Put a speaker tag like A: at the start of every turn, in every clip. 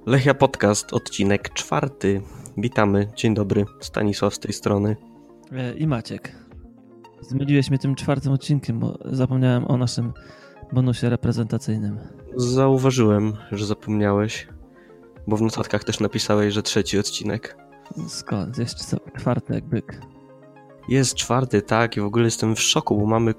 A: Lechia Podcast, odcinek 4. Witamy, dzień dobry, Stanisław z tej strony.
B: I Maciek. Zmyliłeś mnie tym 4. odcinkiem, bo zapomniałem o naszym bonusie reprezentacyjnym.
A: Zauważyłem, że zapomniałeś, bo w notatkach też napisałeś, że 3. odcinek.
B: Skąd? Jeszcze 4 jak byk.
A: Jest 4, tak, i w ogóle jestem w szoku, bo mamy,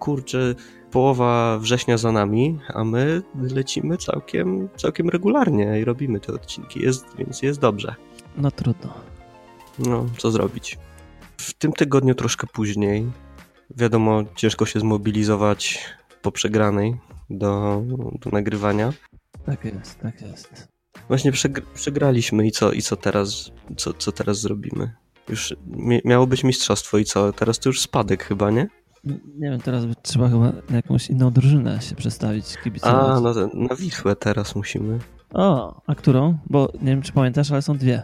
A: połowa września za nami, a my lecimy całkiem regularnie i robimy te odcinki, więc jest dobrze.
B: No trudno.
A: No, co zrobić? W tym tygodniu troszkę później, wiadomo, ciężko się zmobilizować po przegranej do nagrywania.
B: Tak jest.
A: Właśnie przegraliśmy i co teraz, co teraz zrobimy? Już miało być mistrzostwo i co? Teraz to już spadek chyba, nie?
B: Nie wiem, teraz trzeba chyba na jakąś inną drużynę się przestawić, kibicować.
A: A, na Wisłę teraz musimy.
B: A którą? Bo nie wiem, czy pamiętasz, ale są 2.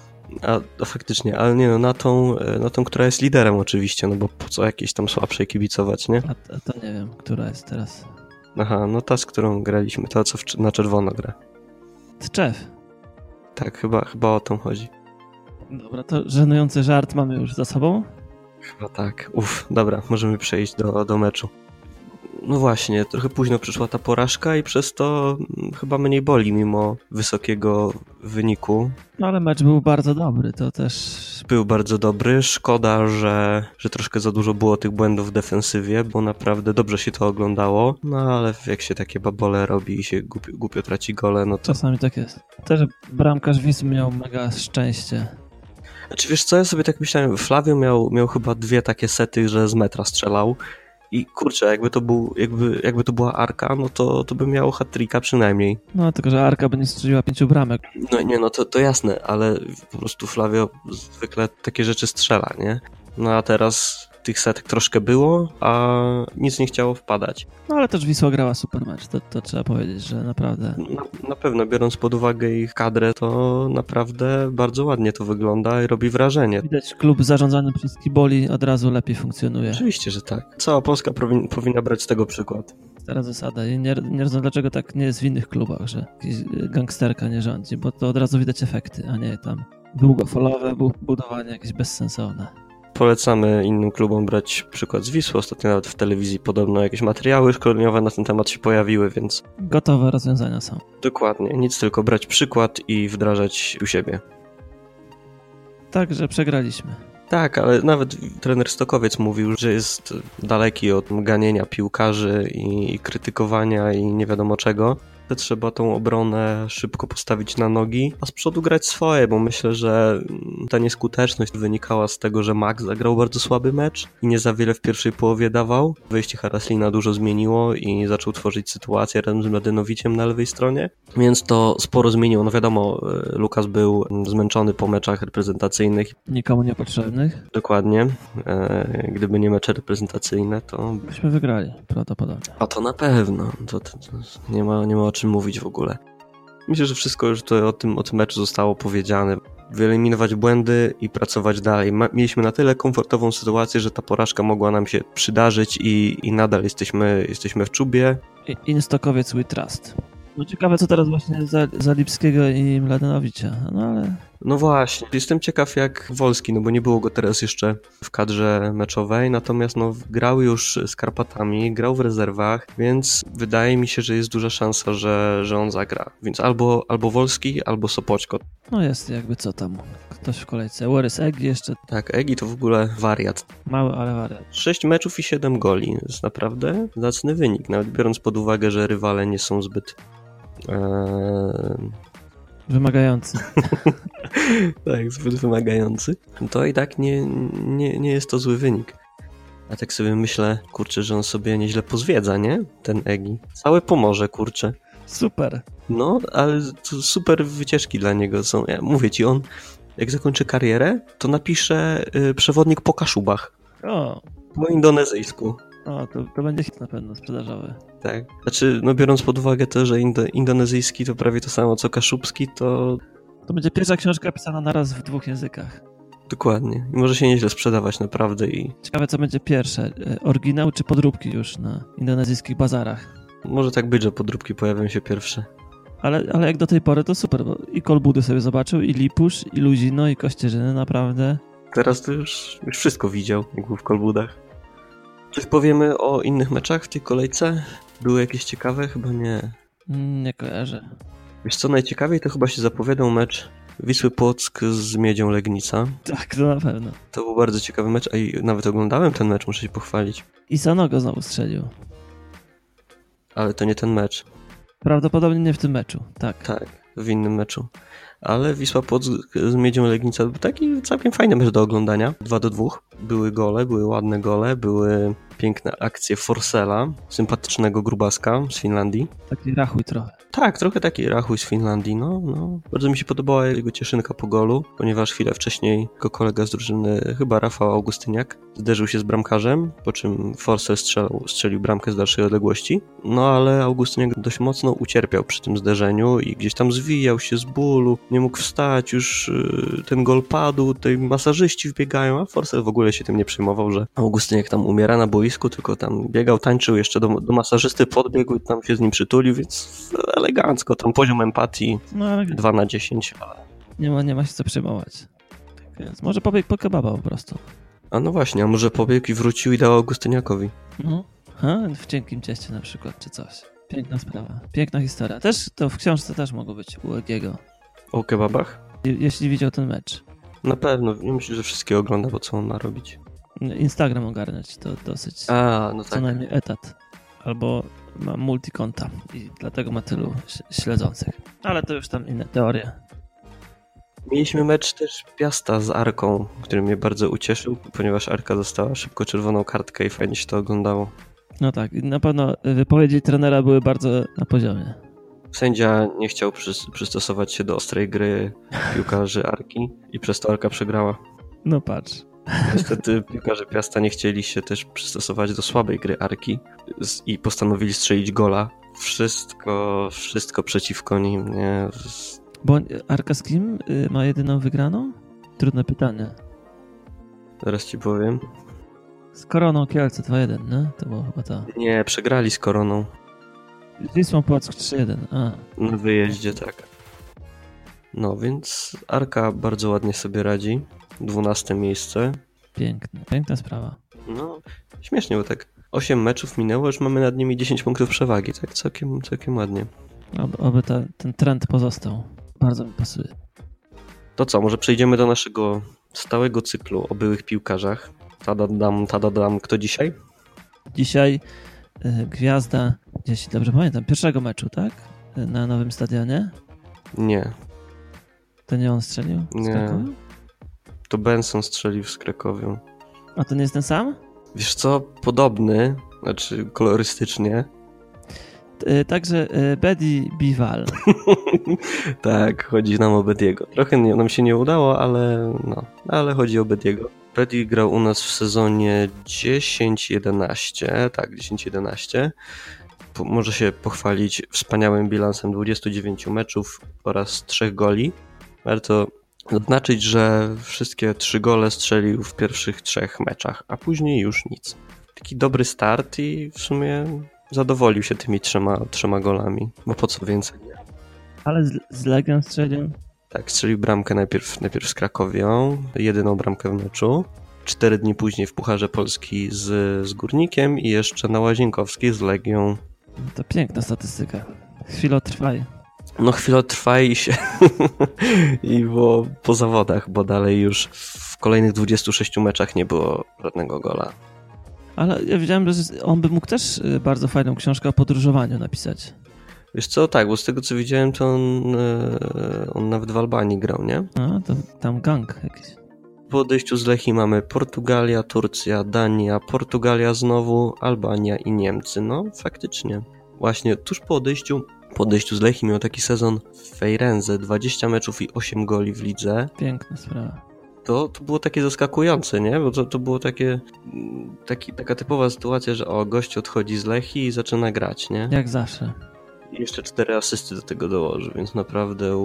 A: A faktycznie, ale nie no, na tą, która jest liderem oczywiście, no bo po co jakieś tam słabszej kibicować, nie?
B: A to nie wiem, która jest teraz.
A: Aha, no ta, z którą graliśmy, ta co na czerwono gra.
B: Tczew.
A: Tak, chyba o tą chodzi.
B: Dobra, to żenujący żart mamy już za sobą?
A: Chyba tak. Dobra, możemy przejść do meczu. No właśnie, trochę późno przyszła ta porażka i przez to chyba mniej boli mimo wysokiego wyniku.
B: No ale mecz był bardzo dobry, to też...
A: Był bardzo dobry, szkoda, że troszkę za dużo było tych błędów w defensywie, bo naprawdę dobrze się to oglądało, no ale jak się takie babole robi i się głupio traci gole, no to...
B: Czasami tak jest. Też bramkarz Wisły miał mega szczęście.
A: Znaczy wiesz co, ja sobie tak myślałem, Flavio miał chyba 2 takie sety, że z metra strzelał i kurczę, jakby to była Arka, no to by miał hat-tricka przynajmniej.
B: No tylko, że Arka by nie strzeliła 5 bramek.
A: No nie, no to jasne, ale po prostu Flavio zwykle takie rzeczy strzela, nie? No a teraz tych setek troszkę było, a nic nie chciało wpadać.
B: No ale też Wisła grała super mecz, to trzeba powiedzieć, że naprawdę...
A: Na pewno, biorąc pod uwagę ich kadrę, to naprawdę bardzo ładnie to wygląda i robi wrażenie.
B: Widać, klub zarządzany przez Kiboli od razu lepiej funkcjonuje.
A: Oczywiście, że tak. Cała Polska powinna brać z tego przykład.
B: Stara zasada i nie rozumiem, dlaczego tak nie jest w innych klubach, że jakiś gangsterka nie rządzi, bo to od razu widać efekty, a nie tam długofalowe budowanie jakieś bezsensowne.
A: Polecamy innym klubom brać przykład z Wisły. Ostatnio nawet w telewizji podobno jakieś materiały szkoleniowe na ten temat się pojawiły, więc...
B: Gotowe rozwiązania są.
A: Dokładnie. Nic, tylko brać przykład i wdrażać u siebie.
B: Także przegraliśmy.
A: Tak, ale nawet trener Stokowiec mówił, że jest daleki od ganienia piłkarzy i krytykowania i nie wiadomo czego. Trzeba tą obronę szybko postawić na nogi, a z przodu grać swoje, bo myślę, że ta nieskuteczność wynikała z tego, że Max zagrał bardzo słaby mecz i nie za wiele w pierwszej połowie dawał. Wejście Haraslina dużo zmieniło i zaczął tworzyć sytuację razem z Mladenowiciem na lewej stronie, więc to sporo zmieniło. No wiadomo, Lukas był zmęczony po meczach reprezentacyjnych.
B: Nikomu niepotrzebnych.
A: Dokładnie. Gdyby nie mecze reprezentacyjne, to...
B: byśmy wygrali, prawdopodobnie.
A: A to na pewno. To nie ma o czym mówić w ogóle. Myślę, że wszystko już to o tym meczu zostało powiedziane. Wyeliminować błędy i pracować dalej. Mieliśmy na tyle komfortową sytuację, że ta porażka mogła nam się przydarzyć i nadal jesteśmy w czubie.
B: In Stokowiec we trust. No ciekawe, co teraz właśnie za Lipskiego i Mladenowicza, no ale...
A: No właśnie, jestem ciekaw jak Wolski, no bo nie było go teraz jeszcze w kadrze meczowej, natomiast no grał już z Karpatami, grał w rezerwach, więc wydaje mi się, że jest duża szansa, że on zagra. Więc albo Wolski, albo Sopoćko.
B: No jest jakby co tam, ktoś w kolejce. Łorys Egi jeszcze.
A: Tak, Egi to w ogóle wariat.
B: Mały, ale wariat.
A: 6 meczów i 7 goli. To jest naprawdę zacny wynik, nawet biorąc pod uwagę, że rywale nie są zbyt...
B: Wymagający.
A: Tak, zbyt wymagający. To i tak nie jest to zły wynik. A tak sobie myślę, kurczę, że on sobie nieźle pozwiedza, nie? Ten Egi. Całe Pomorze, kurczę.
B: Super.
A: No, ale to super wycieczki dla niego są. Ja mówię ci, on jak zakończy karierę, to napisze przewodnik po Kaszubach.
B: O.
A: Po indonezyjsku.
B: O, to będzie hit na pewno sprzedażowy.
A: Tak. Znaczy, no biorąc pod uwagę to, że indonezyjski to prawie to samo co kaszubski, to...
B: To będzie pierwsza książka pisana naraz w 2 językach.
A: Dokładnie. I może się nieźle sprzedawać naprawdę i...
B: Ciekawe, co będzie pierwsze. Oryginał czy podróbki już na indonezyjskich bazarach?
A: Może tak być, że podróbki pojawią się pierwsze.
B: Ale jak do tej pory to super, bo i Kolbudy sobie zobaczył, i Lipusz, i Luzino, i Kościerzyny, naprawdę.
A: Teraz to już wszystko widział, jak był w Kolbudach. Coś powiemy o innych meczach w tej kolejce? Były jakieś ciekawe? Chyba nie.
B: Nie kojarzę.
A: Wiesz co, najciekawiej to chyba się zapowiadał mecz Wisły Płock z Miedzią Legnica.
B: Tak, to na pewno.
A: To był bardzo ciekawy mecz, a i nawet oglądałem ten mecz, muszę się pochwalić.
B: I Sanogo znowu strzelił.
A: Ale to nie ten mecz.
B: Prawdopodobnie nie w tym meczu, tak.
A: Tak, w innym meczu. Ale Wisła Płock z Miedzią Legnica był taki całkiem fajny mecz do oglądania. 2-2. Były gole, były ładne gole, były piękne akcje Forsela, sympatycznego grubaska z Finlandii.
B: Taki rachuj trochę.
A: Tak, trochę taki rachuj z Finlandii, no. Bardzo mi się podobała jego cieszynka po golu, ponieważ chwilę wcześniej jego kolega z drużyny, chyba Rafał Augustyniak, zderzył się z bramkarzem, po czym Forsell strzelił bramkę z dalszej odległości. No ale Augustyniak dość mocno ucierpiał przy tym zderzeniu i gdzieś tam zwijał się z bólu, nie mógł wstać, już ten gol padł, tutaj masażyści wbiegają, a Forsell w ogóle się tym nie przejmował, że Augustyniak tam umiera na boisku, tylko tam biegał, tańczył, jeszcze do masażysty podbiegł i tam się z nim przytulił, więc elegancko, tam poziom empatii
B: No ale
A: 2/10.
B: nie ma się co przejmować. Tak jest. Może pobiegł po kebaba po prostu.
A: A no właśnie, a może pobiegł i wrócił i dał Augustyniakowi.
B: No. W cienkim cieście na przykład, czy coś. Piękna sprawa. Piękna historia. Też to w książce też mogło być u Egiego.
A: O kebabach?
B: Jeśli widział ten mecz.
A: Na pewno, nie myślę, że wszystkie ogląda, bo co on ma robić.
B: Instagram ogarniać to dosyć
A: No tak.
B: co najmniej etat. Albo ma multikonta i dlatego ma tylu śledzących. Ale to już tam inne teorie.
A: Mieliśmy mecz też Piasta z Arką, który mnie bardzo ucieszył, ponieważ Arka dostała szybko czerwoną kartkę i fajnie się to oglądało.
B: No tak, na pewno wypowiedzi trenera były bardzo na poziomie.
A: Sędzia nie chciał przystosować się do ostrej gry piłkarzy Arki i przez to Arka przegrała.
B: No patrz.
A: Niestety piłkarze Piasta nie chcieli się też przystosować do słabej gry Arki i postanowili strzelić gola. Wszystko przeciwko nim, nie?
B: Bo Arka z kim ma jedyną wygraną? Trudne pytanie.
A: Zaraz ci powiem.
B: Z Koroną Kielce 2-1, nie? To było chyba to.
A: Nie, przegrali z Koroną.
B: Z Wisłą Płock 3-1,
A: Na wyjeździe, tak. No, więc Arka bardzo ładnie sobie radzi. 12 miejsce.
B: Piękna sprawa.
A: No, śmiesznie, bo tak 8 meczów minęło, już mamy nad nimi 10 punktów przewagi, tak całkiem ładnie.
B: Oby ten trend pozostał. Bardzo mi pasuje.
A: To co, może przejdziemy do naszego stałego cyklu o byłych piłkarzach. Tadadam, kto dzisiaj?
B: Dzisiaj gwiazda, jeśli dobrze pamiętam, pierwszego meczu, tak? Na nowym stadionie?
A: Nie.
B: To nie on strzelił? Z Krakowiu?
A: To Benson strzelił z Krakowią.
B: A to nie jest ten sam?
A: Wiesz co, podobny, znaczy kolorystycznie.
B: Także Bedi Bival.
A: Tak, chodzi nam o Bediego. Trochę nam się nie udało, ale chodzi o Bediego. Bedi grał u nas w sezonie 10-11, tak, 10-11. Może się pochwalić wspaniałym bilansem 29 meczów oraz 3 goli. Warto zaznaczyć, że wszystkie 3 gole strzelił w pierwszych 3 meczach, a później już nic. Taki dobry start i w sumie zadowolił się tymi 3 golami, bo po co więcej?
B: Ale z Legią strzelił?
A: Tak, strzelił bramkę najpierw z Krakowią, jedyną bramkę w meczu. 4 dni później w Pucharze Polski z Górnikiem i jeszcze na Łazienkowskiej z Legią.
B: To piękna statystyka. Chwilę trwaj.
A: No chwilę trwa i się i było po zawodach, bo dalej już w kolejnych 26 meczach nie było żadnego gola.
B: Ale ja wiedziałem, że on by mógł też bardzo fajną książkę o podróżowaniu napisać.
A: Wiesz co, tak, bo z tego co widziałem, to on nawet w Albanii grał, nie?
B: A, to tam gang jakiś.
A: Po odejściu z Lechii mamy Portugalia, Turcja, Dania, Portugalia znowu, Albania i Niemcy. No, faktycznie. Właśnie tuż po odejściu z Lechii miał taki sezon w Feirenze, 20 meczów i 8 goli w lidze.
B: Piękna sprawa.
A: To było takie zaskakujące, nie? Bo to było taka typowa sytuacja, że gość odchodzi z Lechii i zaczyna grać, nie?
B: Jak zawsze.
A: I jeszcze 4 asysty do tego dołoży, więc naprawdę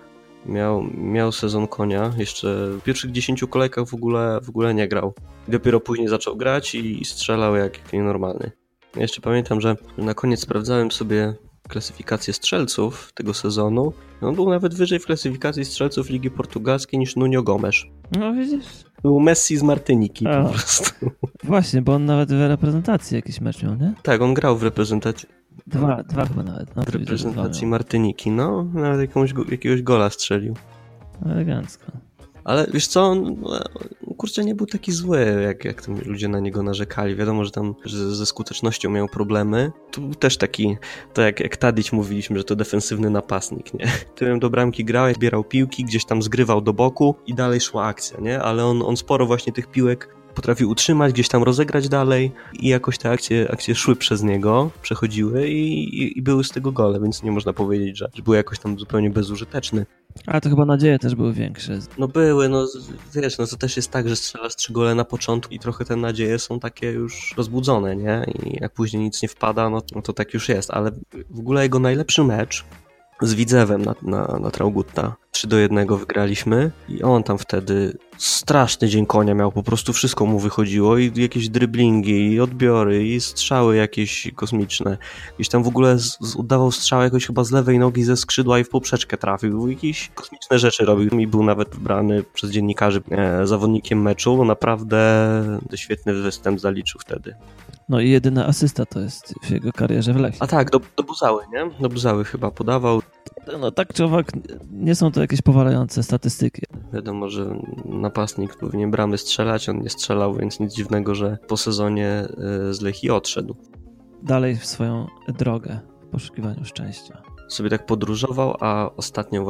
A: miał sezon konia. Jeszcze w pierwszych 10 kolejkach w ogóle nie grał. I dopiero później zaczął grać i strzelał jak nienormalny. Ja jeszcze pamiętam, że na koniec sprawdzałem sobie klasyfikację strzelców tego sezonu, on był nawet wyżej w klasyfikacji strzelców Ligi Portugalskiej niż Nuno Gomes.
B: No widzisz?
A: Był Messi z Martyniki po prostu.
B: Właśnie, bo on nawet w reprezentacji jakiś mecz miał, nie?
A: Tak, on grał w reprezentacji.
B: Dwa chyba nawet. No,
A: W reprezentacji Martyniki, no. Nawet jakiegoś gola strzelił.
B: Elegancko.
A: Ale wiesz co, on, kurczę, nie był taki zły, jak tam ludzie na niego narzekali. Wiadomo, że tam ze skutecznością miał problemy. Tu był też taki, to jak Tadić mówiliśmy, że to defensywny napastnik, nie? Tyłem do bramki grał, zbierał piłki, gdzieś tam zgrywał do boku i dalej szła akcja, nie? Ale on sporo właśnie tych piłek potrafił utrzymać, gdzieś tam rozegrać dalej i jakoś te akcje szły przez niego, przechodziły i były z tego gole, więc nie można powiedzieć, że był jakoś tam zupełnie bezużyteczny.
B: Ale to chyba nadzieje też były większe.
A: No były, no wiesz, no to też jest tak, że strzelasz 3 gole na początku i trochę te nadzieje są takie już rozbudzone, nie? I jak później nic nie wpada, no to tak już jest, ale w ogóle jego najlepszy mecz z Widzewem na Traugutta 3-1 wygraliśmy i on tam wtedy straszny dzień konia miał, po prostu wszystko mu wychodziło i jakieś driblingi, i odbiory, i strzały jakieś kosmiczne. Gdzieś tam w ogóle oddawał strzał jakoś chyba z lewej nogi ze skrzydła i w poprzeczkę trafił. Jakieś kosmiczne rzeczy robił i był nawet wybrany przez dziennikarzy zawodnikiem meczu, bo naprawdę świetny występ zaliczył wtedy.
B: No i jedyna asysta to jest w jego karierze w Lechii.
A: A tak, do Buzały, nie? Do Buzały chyba podawał.
B: No tak czy owak, nie są to jakieś powalające statystyki.
A: Wiadomo, że napastnik powinien bramy strzelać, on nie strzelał, więc nic dziwnego, że po sezonie z Lechii odszedł.
B: Dalej w swoją drogę w poszukiwaniu szczęścia.
A: Sobie tak podróżował, a ostatnio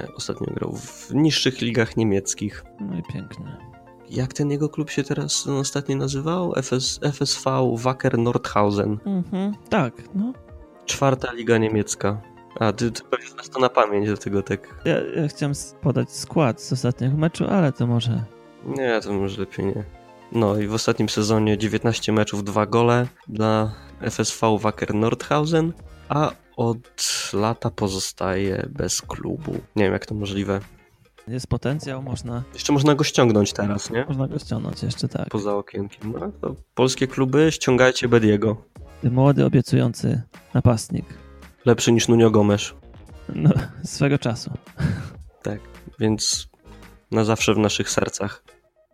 A: grał w niższych ligach niemieckich.
B: No i pięknie.
A: Jak ten jego klub się teraz ostatnio nazywał? FSV Wacker Nordhausen.
B: Tak, no.
A: 4. liga niemiecka. A, ty pewnie znasz to na pamięć, dlatego tak...
B: Ja chciałem podać skład z ostatniego meczu, ale to może...
A: Nie, to może lepiej nie. No i w ostatnim sezonie 19 meczów, 2 gole dla FSV Wacker Nordhausen, a od lata pozostaje bez klubu. Nie wiem, jak to możliwe.
B: Jest potencjał, można...
A: Jeszcze można go ściągnąć teraz, nie?
B: Można go ściągnąć jeszcze, tak.
A: Poza okienkiem. No to polskie kluby, ściągajcie Bediego.
B: Młody, obiecujący napastnik.
A: Lepszy niż Nuno Gomes.
B: No, swego czasu.
A: Tak, więc na zawsze w naszych sercach.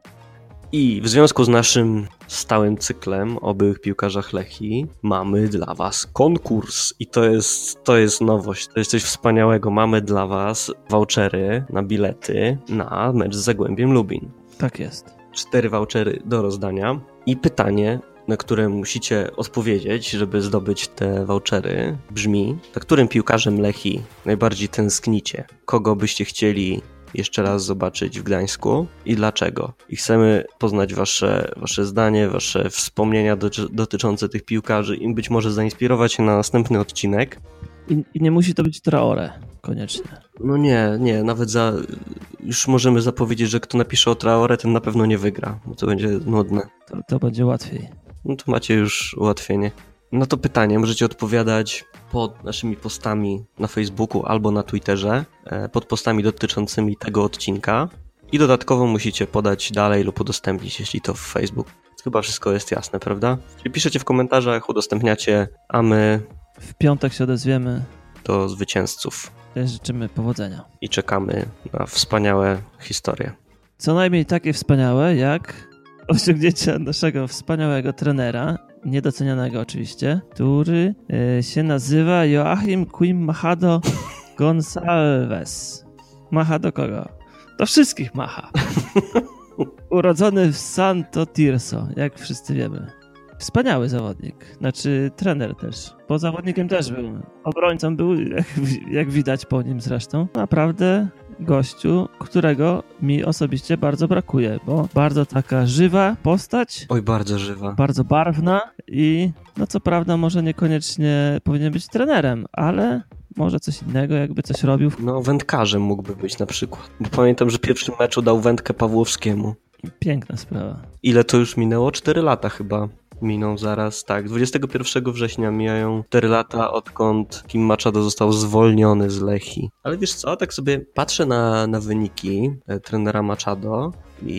A: I w związku z naszym stałym cyklem o byłych piłkarzach Lechii mamy dla was konkurs. I to jest nowość, to jest coś wspaniałego. Mamy dla was vouchery na bilety na mecz z Zagłębiem Lubin.
B: Tak jest.
A: 4 vouchery do rozdania i pytanie, na które musicie odpowiedzieć, żeby zdobyć te vouchery, brzmi: za którym piłkarzem Lechii najbardziej tęsknicie? Kogo byście chcieli jeszcze raz zobaczyć w Gdańsku i dlaczego? I chcemy poznać wasze zdanie, wasze wspomnienia dotyczące tych piłkarzy i być może zainspirować się na następny odcinek.
B: I nie musi to być Traore, koniecznie.
A: No nie, nawet już możemy zapowiedzieć, że kto napisze o Traore, ten na pewno nie wygra, bo to będzie nudne.
B: To będzie łatwiej.
A: No to macie już ułatwienie. No to pytanie możecie odpowiadać pod naszymi postami na Facebooku albo na Twitterze, pod postami dotyczącymi tego odcinka i dodatkowo musicie podać dalej lub udostępnić, jeśli to w Facebook. Chyba wszystko jest jasne, prawda? Czyli piszecie w komentarzach, udostępniacie, a my
B: w piątek się odezwiemy
A: do zwycięzców.
B: Też życzymy powodzenia.
A: I czekamy na wspaniałe historie.
B: Co najmniej takie wspaniałe, jak osiągnięcia naszego wspaniałego trenera, niedocenianego oczywiście, który się nazywa Joachim Quim Machado Gonçalves. Macha do kogo? Do wszystkich macha. Urodzony w Santo Tirso, jak wszyscy wiemy. Wspaniały zawodnik, znaczy trener też, bo zawodnikiem też był. Obrońcą był, jak widać po nim zresztą. Naprawdę gościu, którego mi osobiście bardzo brakuje, bo bardzo taka żywa postać.
A: Oj, bardzo żywa.
B: Bardzo barwna i no co prawda może niekoniecznie powinien być trenerem, ale może coś innego, jakby coś robił.
A: No wędkarzem mógłby być na przykład. Bo pamiętam, że w pierwszym meczu dał wędkę Pawłowskiemu.
B: Piękna sprawa.
A: Ile to już minęło? 4 lata chyba. Miną zaraz, tak. 21 września mijają 4 lata, odkąd Kim Machado został zwolniony z Lechii. Ale wiesz co, tak sobie patrzę na wyniki trenera Machado i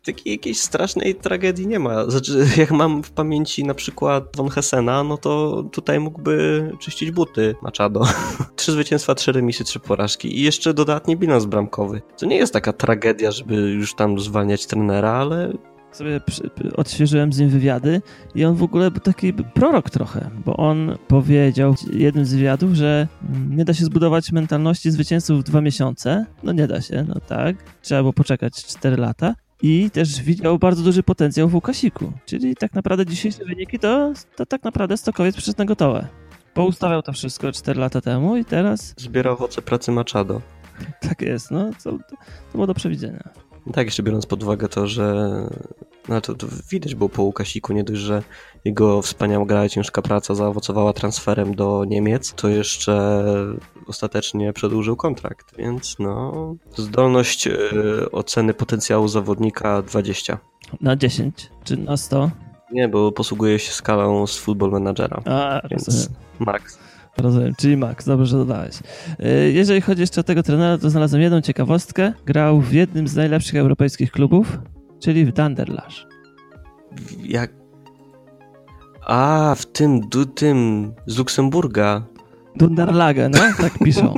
A: takiej jakiejś strasznej tragedii nie ma. Znaczy, jak mam w pamięci na przykład Von Hessena, no to tutaj mógłby czyścić buty Machado. 3 zwycięstwa, 3 remisy, 3 porażki i jeszcze dodatni bilans bramkowy. To nie jest taka tragedia, żeby już tam zwalniać trenera, ale...
B: Sobie odświeżyłem z nim wywiady i on w ogóle był taki prorok trochę, bo on powiedział w jednym z wywiadów, że nie da się zbudować mentalności zwycięzców w 2 miesiące. No nie da się, no tak. Trzeba było poczekać 4 lata. I też widział bardzo duży potencjał w Łukasiku. Czyli tak naprawdę dzisiejsze wyniki to tak naprawdę Stokowiec przyszedł na gotowe. Poustawiał to wszystko 4 lata temu i teraz...
A: Zbiera owoce pracy Machado.
B: Tak jest, no to było do przewidzenia.
A: Tak, jeszcze biorąc pod uwagę to, że no to widać było po Łukasiku, nie dość, że jego wspaniała gra i ciężka praca zaowocowała transferem do Niemiec, to jeszcze ostatecznie przedłużył kontrakt, więc no zdolność oceny potencjału zawodnika 20.
B: Na 10 czy na 100?
A: Nie, bo posługuje się skalą z Football Managera, więc rozumiem. Max.
B: Rozumiem, czyli Max, dobrze, że dodałeś. Jeżeli chodzi jeszcze o tego trenera, to znalazłem jedną ciekawostkę. Grał w jednym z najlepszych europejskich klubów, czyli w Danderlash.
A: Jak? A, w tym z Luksemburga.
B: Dunderlage, no? Tak piszą.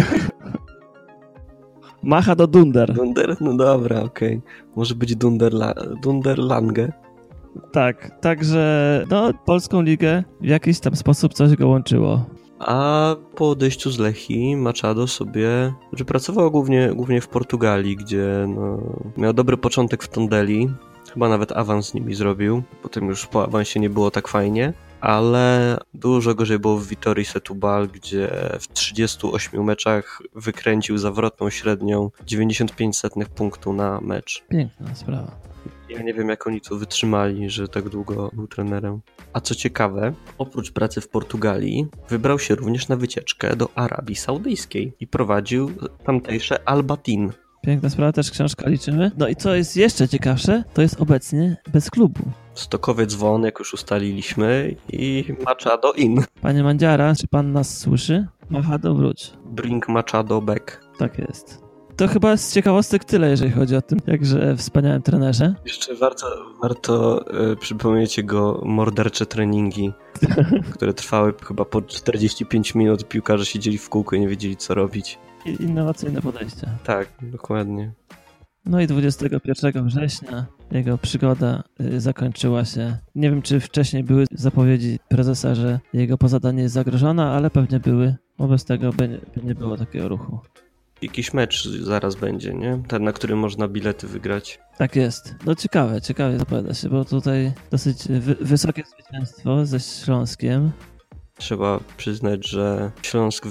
B: Macha do Dunder.
A: Dunder? No dobra, okej. Może być Dunderlange.
B: Tak, także no, polską ligę w jakiś tam sposób coś go łączyło.
A: A po odejściu z Lechii Machado sobie pracował głównie w Portugalii, gdzie no, miał dobry początek w Tondeli. Chyba nawet awans z nimi zrobił. Potem już po awansie nie było tak fajnie. Ale dużo gorzej było w Vitorii Setúbal, gdzie w 38 meczach wykręcił zawrotną średnią 95 punktu na mecz.
B: Piękna sprawa.
A: Ja nie wiem, jak oni to wytrzymali, że tak długo był trenerem. A co ciekawe, oprócz pracy w Portugalii, wybrał się również na wycieczkę do Arabii Saudyjskiej i prowadził tamtejsze Al-Batin.
B: Piękna sprawa, też książka liczymy. No i co jest jeszcze ciekawsze, to jest obecnie bez klubu.
A: Stokowiec won, jak już ustaliliśmy, i Machado in.
B: Panie Mandziara, czy pan nas słyszy? Machado, wróć.
A: Bring Machado back.
B: Tak jest. To chyba z ciekawostek tyle, jeżeli chodzi o tym jakże wspaniałym trenerze.
A: Jeszcze warto przypomnieć jego mordercze treningi, które trwały chyba po 45 minut. Piłkarze siedzieli w kółku i nie wiedzieli, co robić.
B: Innowacyjne podejście.
A: Tak, dokładnie.
B: No i 21 września jego przygoda zakończyła się. Nie wiem, czy wcześniej były zapowiedzi prezesa, że jego pozadanie jest zagrożona, ale pewnie były. Wobec tego by nie było takiego ruchu.
A: Jakiś mecz zaraz będzie, nie? Ten, na którym można bilety wygrać.
B: Tak jest. No ciekawe zapowiada się, bo tutaj dosyć wysokie zwycięstwo ze Śląskiem.
A: Trzeba przyznać, że Śląsk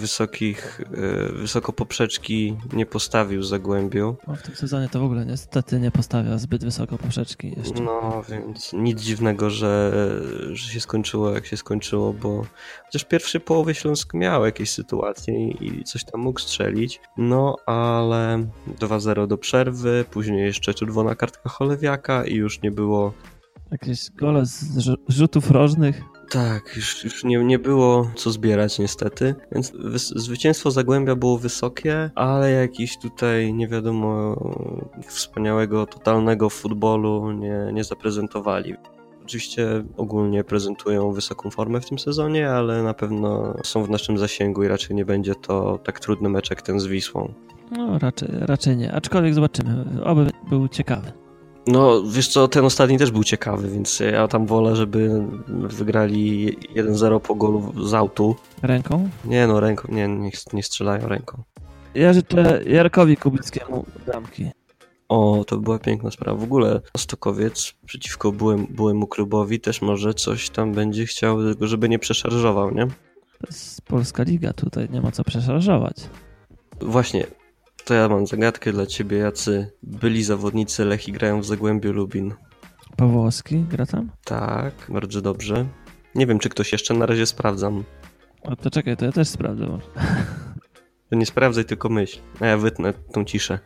A: wysoko poprzeczki nie postawił Zagłębiu.
B: No, w tym sezonie to w ogóle niestety nie postawia zbyt wysoko poprzeczki jeszcze.
A: No, więc nic dziwnego, że się skończyło jak się skończyło, bo chociaż w pierwszej połowie Śląsk miał jakieś sytuacje i coś tam mógł strzelić. No, ale 2-0 do przerwy, później jeszcze czerwona kartka Cholewiaka i już nie było...
B: Jakieś gole z rzutów rożnych.
A: Tak, już nie było co zbierać niestety, więc zwycięstwo Zagłębia było wysokie, ale jakiś tutaj nie wiadomo wspaniałego, totalnego futbolu nie zaprezentowali. Oczywiście ogólnie prezentują wysoką formę w tym sezonie, ale na pewno są w naszym zasięgu i raczej nie będzie to tak trudny mecz jak ten z Wisłą.
B: No raczej nie, aczkolwiek zobaczymy, oby był ciekawy.
A: No, wiesz co, ten ostatni też był ciekawy, więc ja tam wolę, żeby wygrali 1-0 po golu z autu.
B: Ręką?
A: Nie no, ręką, nie strzelają ręką.
B: Ja życzę Jarkowi Kubickiemu bramki.
A: O, to była piękna sprawa. W ogóle Stokowiec przeciwko byłemu klubowi też może coś tam będzie chciał, tylko żeby nie przeszarżował, nie?
B: To jest Polska Liga, tutaj nie ma co przeszarżować.
A: Właśnie. To ja mam zagadkę dla ciebie, jacy byli zawodnicy Lechii grają w Zagłębiu Lubin.
B: Pawłowski gra tam?
A: Tak, bardzo dobrze. Nie wiem, czy ktoś jeszcze, na razie sprawdzam.
B: O, to czekaj, to ja też sprawdzę może.
A: To nie sprawdzaj, tylko myśl. A ja wytnę tą ciszę.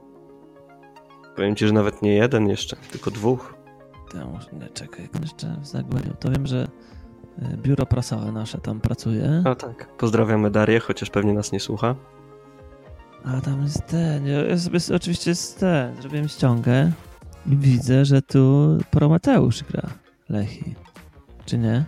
A: Powiem ci, że nawet nie jeden jeszcze, tylko 2.
B: To może nie, czekaj, jeszcze w Zagłębiu. To wiem, że biuro prasowe nasze tam pracuje.
A: A tak, pozdrawiamy Darię, chociaż pewnie nas nie słucha.
B: A tam jest ten, ja sobie oczywiście zrobiłem ściągę I widzę, że tu Prometeusz gra Lechi. Czy nie?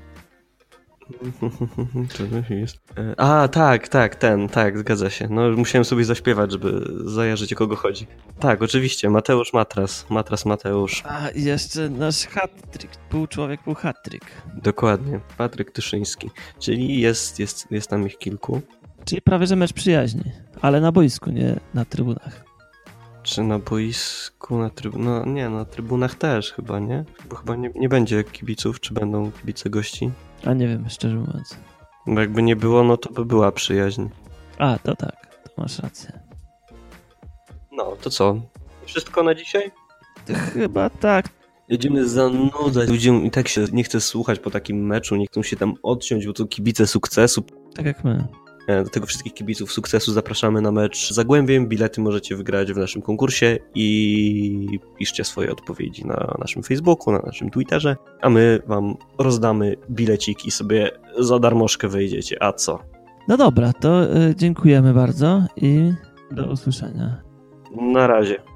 A: Co to jest? Tak, zgadza się. No, musiałem sobie zaśpiewać, żeby zajarzyć, o kogo chodzi. Tak, oczywiście, Mateusz Mateusz.
B: A, i jeszcze nasz hat-trick. Pół człowiek, pół hat-trick.
A: Dokładnie, Patryk Tyszyński. Czyli jest tam ich kilku.
B: Czyli prawie, że mecz przyjaźni. Ale na boisku, nie na trybunach.
A: Czy na boisku, no nie, na trybunach też chyba, nie? Bo chyba nie będzie kibiców, czy będą kibice gości?
B: A nie wiem, szczerze mówiąc.
A: Bo jakby nie było, no to by była przyjaźń.
B: A, to tak, to masz rację.
A: No, to co? Wszystko na dzisiaj?
B: Chyba tak.
A: Jedziemy zanudzać ludziom i tak się nie chce słuchać po takim meczu, nie chcą się tam odciąć, bo to kibice sukcesu.
B: Tak jak my.
A: Do tego wszystkich kibiców sukcesu zapraszamy na mecz z Zagłębiem. Bilety możecie wygrać w naszym konkursie i piszcie swoje odpowiedzi na naszym Facebooku, na naszym Twitterze, a my wam rozdamy bilecik i sobie za darmożkę wejdziecie. A co?
B: No dobra, to dziękujemy bardzo i do usłyszenia.
A: Na razie.